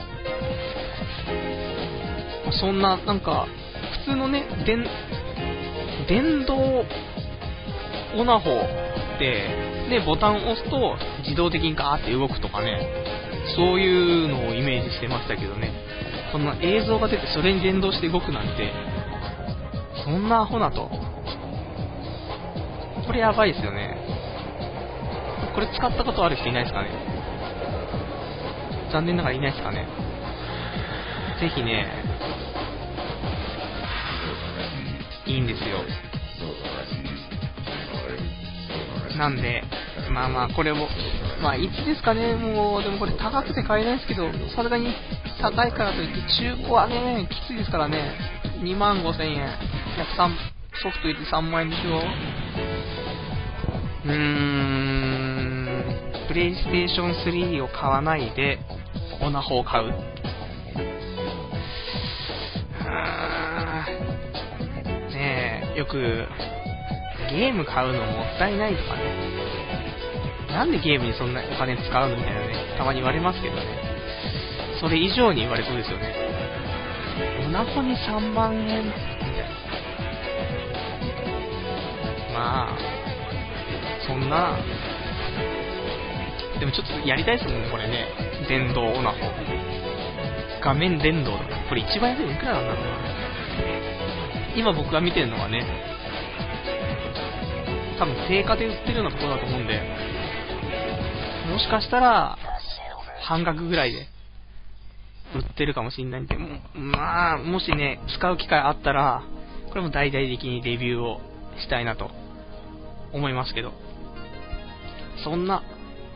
そんな、なんか、普通のね、電、電動オナホで、ね、ボタンを押すと自動的にガーって動くとかね、そういうのをイメージしてましたけどね。 この映像が出てそれに連動して動くなんて、そんなアホなと。これやばいですよね。これ使ったことある人いないですかね。残念ながらいないですかね。ぜひね、いいんですよ。なんで、まあまあこれも、まあいつですかね、もう、でもこれ高くて買えないですけど、さすがに高いからといって中古はね、きついですからね。にまんごせんえん、約さんソフト入れてさんまんえんでしょ。うーん、プレイステーションスリーを買わないでオナホを買う。ねえ、よくゲーム買うのもったいないとかね、なんでゲームにそんなお金使うのみたいなね、たまに言われますけどね、それ以上に言われそうですよね。オナホにさんまんえんみたいな。まあそんな、でもちょっとやりたいですもんね、これね。電動オナホ、画面電動とか、これ一番安いのいくらなんだろうな。今僕が見てるのはね、多分定価で売ってるようなところだと思うんで、もしかしたら半額ぐらいで売ってるかもしれないんで、まあもしね使う機会あったら、これも大々的にレビューをしたいなと思いますけど、そんな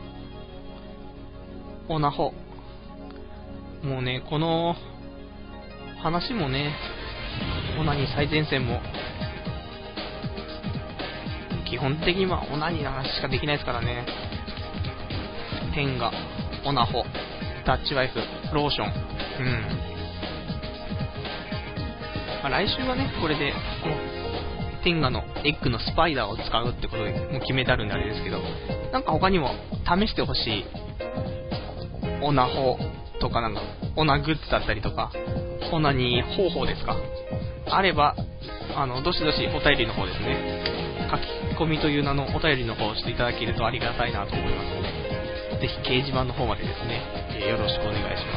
オナホ、もうね、この話もね、オナニー最前線も基本的にはオナニーの話しかできないですからね。テンガ、オナホ、ダッチワイフ、ローション、うん、まあ、来週はねこれでもうテンガのエッグのスパイダーを使うってことでもう決めてあるんであれですけど、なんか他にも試してほしいオナホとか、なんかオナグッズだったりとか、オナニー方法ですか、あれば、あのどしどしお便りの方ですね、書き込みという名のお便りの方をしていただけるとありがたいなと思いますので、ぜひ掲示板の方までですね、えー、よろしくお願いします。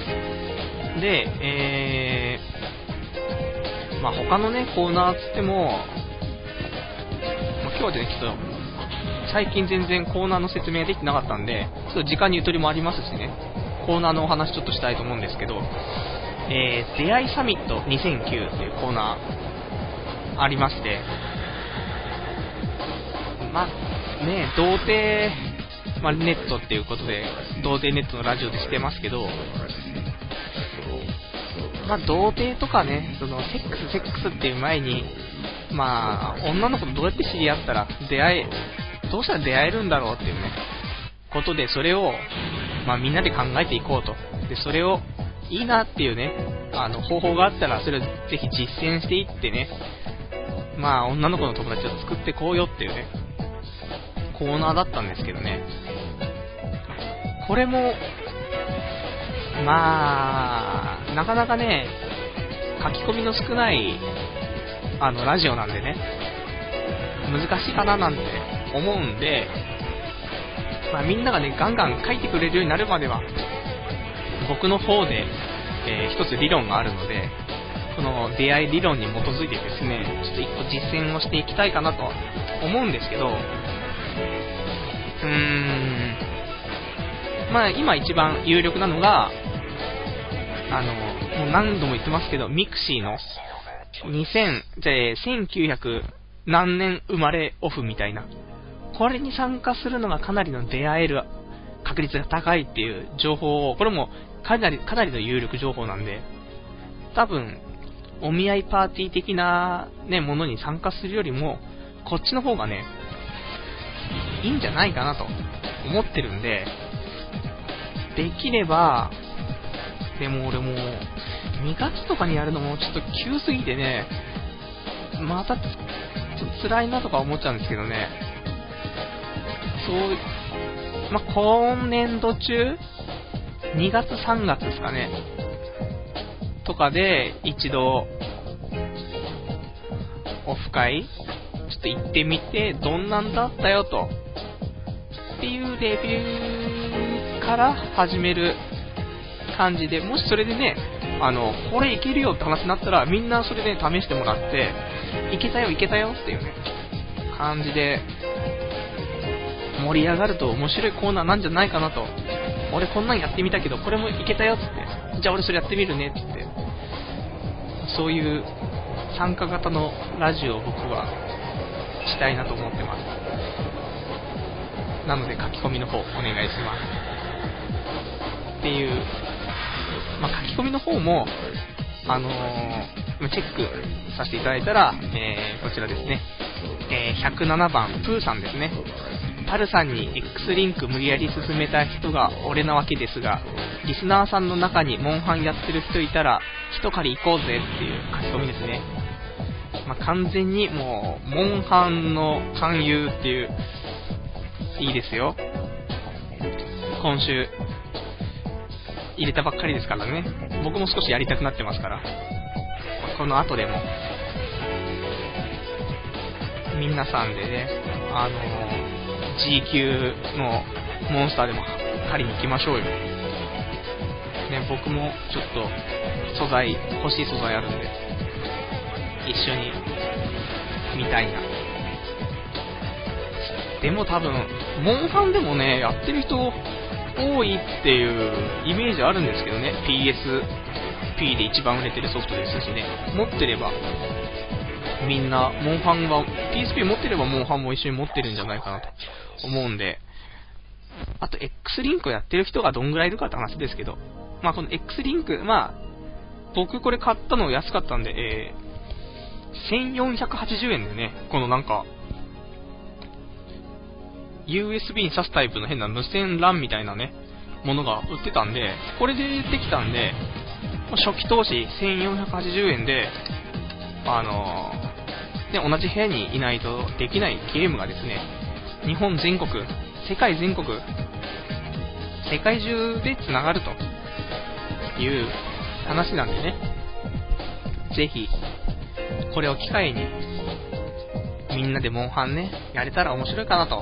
で、えー、まあ他のねコーナーつっても、まあ、今日はねちょっと最近全然コーナーの説明ができてなかったんで、ちょっと時間にゆとりもありますしね、コーナーのお話ちょっとしたいと思うんですけど、えー、出会いサミットにせんきゅうっていうコーナーありまして、まあね、童貞、まあ、ネットっていうことで童貞ネットのラジオでしてますけど、まあ童貞とかね、そのセックスセックスっていう前に、まあ女の子とどうやって知り合ったら出会えどうしたら出会えるんだろうっていうねことで、それをまあみんなで考えていこうと。でそれをいいなっていうね、あの方法があったらそれをぜひ実践していってね、まあ女の子の友達を作ってこうよっていうねコーナーだったんですけどね、これもまあなかなかね書き込みの少ないあのラジオなんでね、難しいかななんて思うんで、まあ、みんながねガンガン書いてくれるようになるまでは僕の方で、えー、一つ理論があるので、この出会い理論に基づいてですね、ちょっと一個実践をしていきたいかなと思うんですけど、うーんまあ今一番有力なのが、あのもう何度も言ってますけど、ミクシーのにせんじゃせんきゅうひゃく何年生まれオフみたいな、これに参加するのがかなりの出会える確率が高いっていう情報を、これもかなりかなりの有力情報なんで、多分お見合いパーティー的な、ね、ものに参加するよりもこっちの方がねいいんじゃないかなと思ってるんで、できれば、でも俺もにがつとかにやるのもちょっと急すぎてね、またつ辛いなとか思っちゃうんですけどね、そう、まあ、今年度中にがつさんがつですかねとかで一度オフ会ちょっと行ってみて、どんなんだったよとっていうレビューから始める感じで、もしそれでねあの、これいけるよって話になったら、みんなそれで試してもらって、いけたよいけたよっていうね、感じで、盛り上がると面白いコーナーなんじゃないかなと。俺こんなんやってみたけど、これもいけたよっつって、じゃあ俺それやってみるねっつって、そういう参加型のラジオを僕はしたいなと思ってます。なので書き込みの方お願いしますっていう、まあ、書き込みの方もあのー、チェックさせていただいたら、えー、こちらですね、えー、ひゃくななばんプーさんですね。パルさんに X リンク無理やり進めた人が俺なわけですが、リスナーさんの中にモンハンやってる人いたら一狩り行こうぜっていう書き込みですね。まあ、完全にもうモンハンの勧誘っていう、いいですよ。今週入れたばっかりですからね。僕も少しやりたくなってますから、この後でも皆さんでね、あのー、G 級のモンスターでも狩りに行きましょうよ、ね、僕もちょっと素材欲しい素材あるんで一緒に見たいな。でも多分モンハンでもねやってる人多いっていうイメージあるんですけどね。 ピーエスピー で一番売れてるソフトですしね、持ってればみんなモンハンが ピーエスピー 持ってればモンハンも一緒に持ってるんじゃないかなと思うんで、あと X リンクをやってる人がどんぐらいいるかって話ですけど、まあこの X リンク、まあ僕これ買ったの安かったんで、えー、せんよんひゃくはちじゅうえんでね、このなんか ユーエスビー に挿すタイプの変な無線 ラン みたいなねものが売ってたんで、これでできたんで、初期投資せんよんひゃくはちじゅうえんで、あのー、ね、同じ部屋にいないとできないゲームがですね、日本全国、世界全国、世界中でつながるという話なんでね、ぜひこれを機会にみんなでモンハンねやれたら面白いかなと。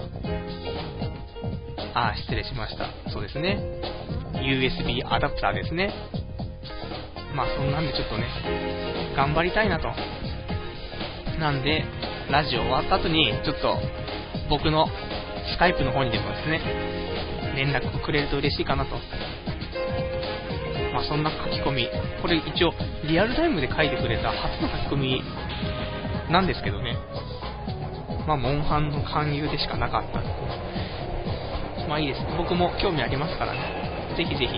あー失礼しました、そうですね、 ユーエスビー アダプターですね。まあそんなんでちょっとね頑張りたいなと。なんでラジオ終わった後にちょっと僕のスカイプの方にでもですね連絡をくれると嬉しいかなと。まあそんな書き込み、これ一応リアルタイムで書いてくれた初の書き込みなんですけどね、まあモンハンの勧誘でしかなかった。まあいいです、僕も興味ありますからね、ぜひぜひ。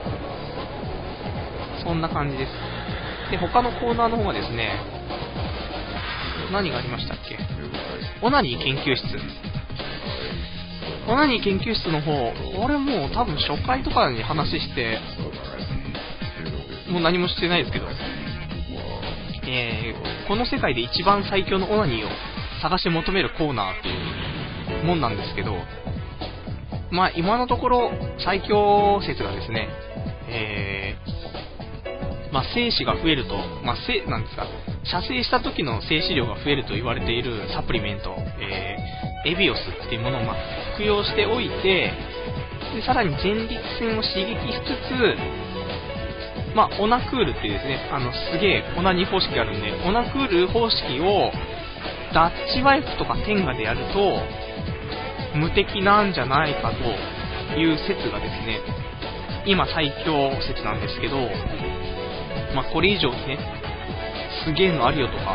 そんな感じです。で他のコーナーの方がですね、何がありましたっけ、オナニー研究室。オナニー研究室の方、これもう多分初回とかに話して、もう何もしてないですけど、えー、この世界で一番最強のオナニーを探し求めるコーナーっていうもんなんですけど、まあ今のところ最強説がですね、えー、まあ精子が増えると、まあせなんですか、射精した時の精子量が増えると言われているサプリメント、えー、エビオスっていうものをまあ服用しておいて、でさらに前立腺を刺激しつつ、まあオナクールっていうですね、あのすげえオナニー方式あるんで、オナクール方式をダッチワイフとかテンガでやると無敵なんじゃないかという説がですね、今最強説なんですけど、まあこれ以上にねすげえのあるよとか、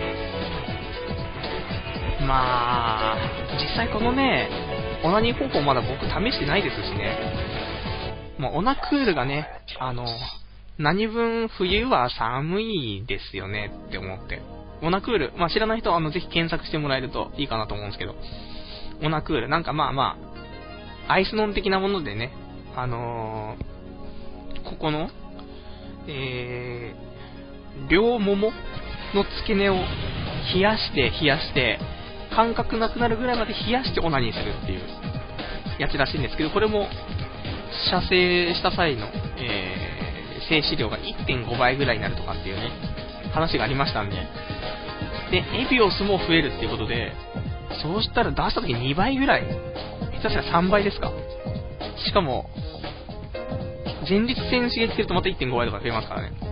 まあ実際このねオナニー方法まだ僕試してないですしね、もうオナクールがね、あの何分冬は寒いですよねって思って、オナクール、まあ知らない人はあのぜひ検索してもらえるといいかなと思うんですけど、オナクールなんかまあまあアイスノン的なものでね、あのー、ここのえー、両ももの付け根を冷やして冷やして感覚なくなるぐらいまで冷やしてオナニーするっていうやつらしいんですけど、これも射精した際の、えー、精子量が いってんご 倍ぐらいになるとかっていうね話がありましたんで、でエビオスも増えるっていうことで、そうしたら出した時にばいぐらい、下手したらさんばいですか。しかも前立腺刺激するとまた いってんご 倍とか増えますからね。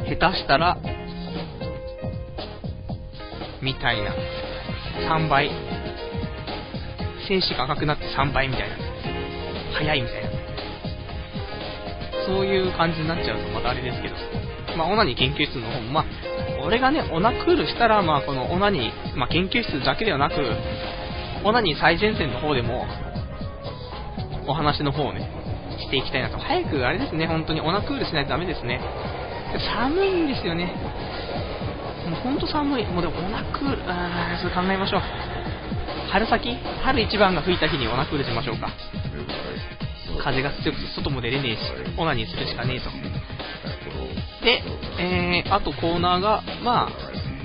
下手したらみたいな、さんばい、精子が赤くなってさんばいみたいな、早いみたいな、そういう感じになっちゃうとまたあれですけど、まあオナニー研究室の方も、まあ俺がねオナクールしたら、まあこのオナニー、まあ、研究室だけではなくオナニー最前線の方でもお話の方をねしていきたいなと。早くあれですね、本当にオナクールしないとダメですね。寒いんですよね、もうほんと寒い。もうでもオナクール、あー、それ考えましょう。春先、春一番が吹いた日にオナクールしましょうか。風が強くて外も出れねえし、オナニーするしかねえと。で、えー、あとコーナーが、まあ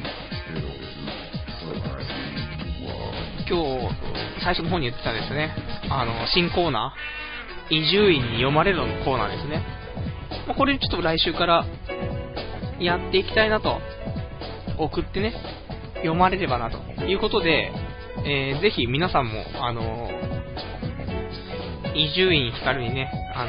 今日最初の方に言ってたんですね、あの新コーナー、伊集院に読まれるのコーナーですね。まあ、これちょっと来週からやっていきたいなと、送ってね読まれればなということで、えー、ぜひ皆さんもあの伊集院光にね、あの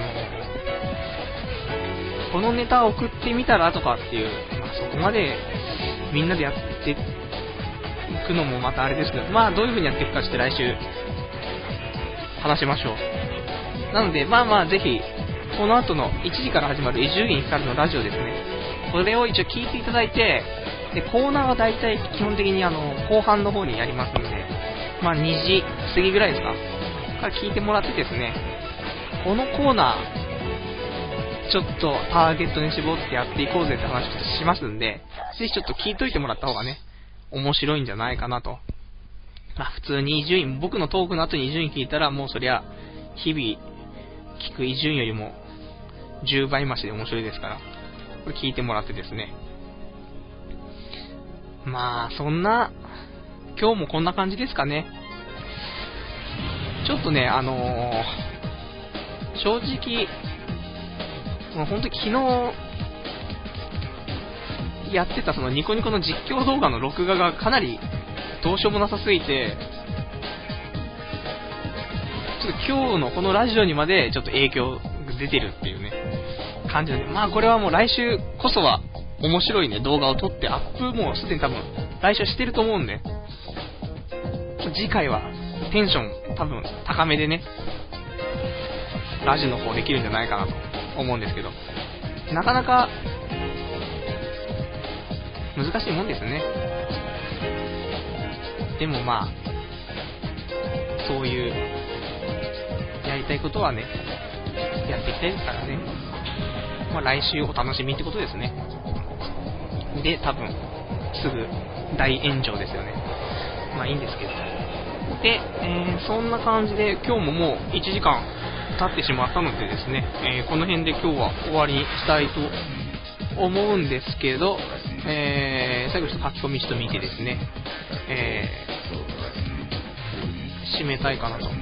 このネタ送ってみたらとかっていう、まあ、そこまでみんなでやっていくのもまたあれですけど、まあどういう風にやっていくかして来週話しましょう。なのでまあまあぜひこの後のいちじから始まる伊集院光のラジオですね、これを一応聞いていただいて、でコーナーはだいたい基本的にあの後半の方にやりますので、まあにじ過ぎぐらいですかから聞いてもらってですね、このコーナーちょっとターゲットに絞ってやっていこうぜって話をしますんで、ぜひちょっと聞いといてもらった方がね面白いんじゃないかなと。まあ普通に伊集院、僕のトークの後に伊集院聞いたら、もうそりゃ日々聞く伊集院よりもじゅうばい増しで面白いですから、これ聞いてもらってですね、まあそんな今日もこんな感じですかね。ちょっとねあのー、正直もう本当に昨日やってたそのニコニコの実況動画の録画がかなりどうしようもなさすぎて、ちょっと今日のこのラジオにまでちょっと影響出てるっていうね感じで、まあこれはもう来週こそは面白いね動画を撮ってアップもうすでに多分来週してると思うんで、次回はテンション多分高めでねラジオの方できるんじゃないかなと思うんですけど、なかなか難しいもんですね。でもまあそういうやりたいことはねやっていきたいですからね、まあ、来週お楽しみってことですね。で多分すぐ大炎上ですよね。まあいいんですけど、で、えー、そんな感じで今日ももういちじかん経ってしまったのでですね、えー、この辺で今日は終わりにしたいと思うんですけど、えー、最後ちょっと書き込みちょっと見てですね、えー、締めたいかなと。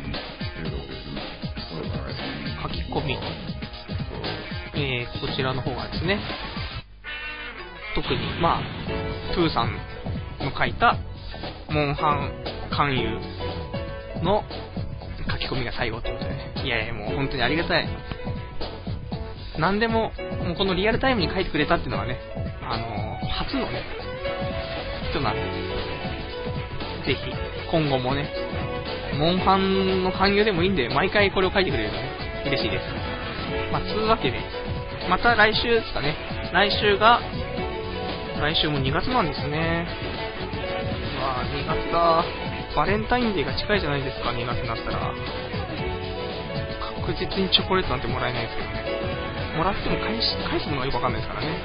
書き込み、えー、こちらの方がですね、特にまあプーさんの書いたモンハン勧誘の書き込みが最後ということでね、いやいやもう本当にありがたい。何でももうこのリアルタイムに書いてくれたっていうのはね、あのー、初のね人なんで、ぜひ今後もねモンハンの勧誘でもいいんで毎回これを書いてくれるとね嬉しいです。まあつうわけでまた来週ですかね。来週が来週もにがつなんですね。うわーにがつだ、バレンタインデーが近いじゃないですか。にがつになったら確実にチョコレートなんてもらえないですけどね。もらっても返し返すのがよくわかんないですからね。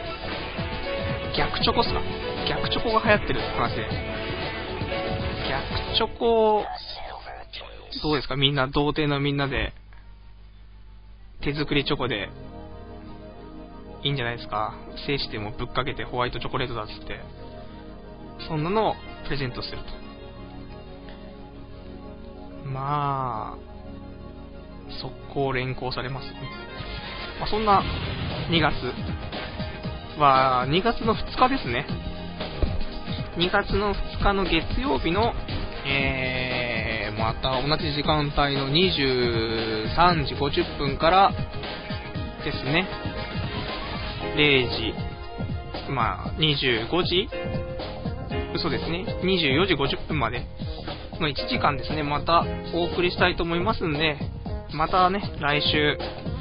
逆チョコっすか。逆チョコが流行ってる話で、逆チョコどうですか。みんな童貞のみんなで手作りチョコでいいんじゃないですか。精子でもぶっかけてホワイトチョコレートだっつって、そんなのをプレゼントすると。まあ速攻連行されますね。まあ、そんなにがつはにがつのふつかですね。にがつのふつかの月曜日の、えー、また同じ時間帯のにじゅうさんじごじゅっぷんからですね、れいじまあ、にじゅうごじ嘘ですね、にじゅうよじごじゅっぷんまでのいちじかんですね、またお送りしたいと思いますんで、またね、来週、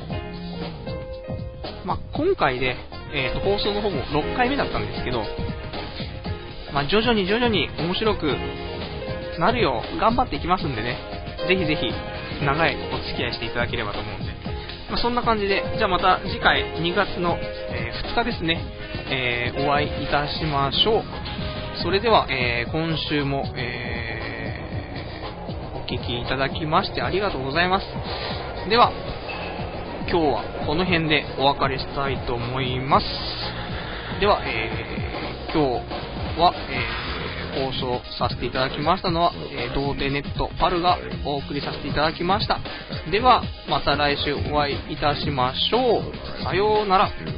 まあ、今回で、えーと、放送の方もろっかいめだったんですけど、まあ、徐々に徐々に面白くなるよう頑張っていきますんでね、ぜひぜひ長いお付き合いしていただければと思うんで、まあ、そんな感じで、じゃあまた次回にがつの、えー、ふつかですね、えー、お会いいたしましょう。それでは、えー、今週も、えー、お聞きいただきましてありがとうございます。では今日はこの辺でお別れしたいと思います。では、えー、今日は、えー、放送させていただきましたのは、えー、童貞ネットパルがお送りさせていただきました。ではまた来週お会いいたしましょう。さようなら。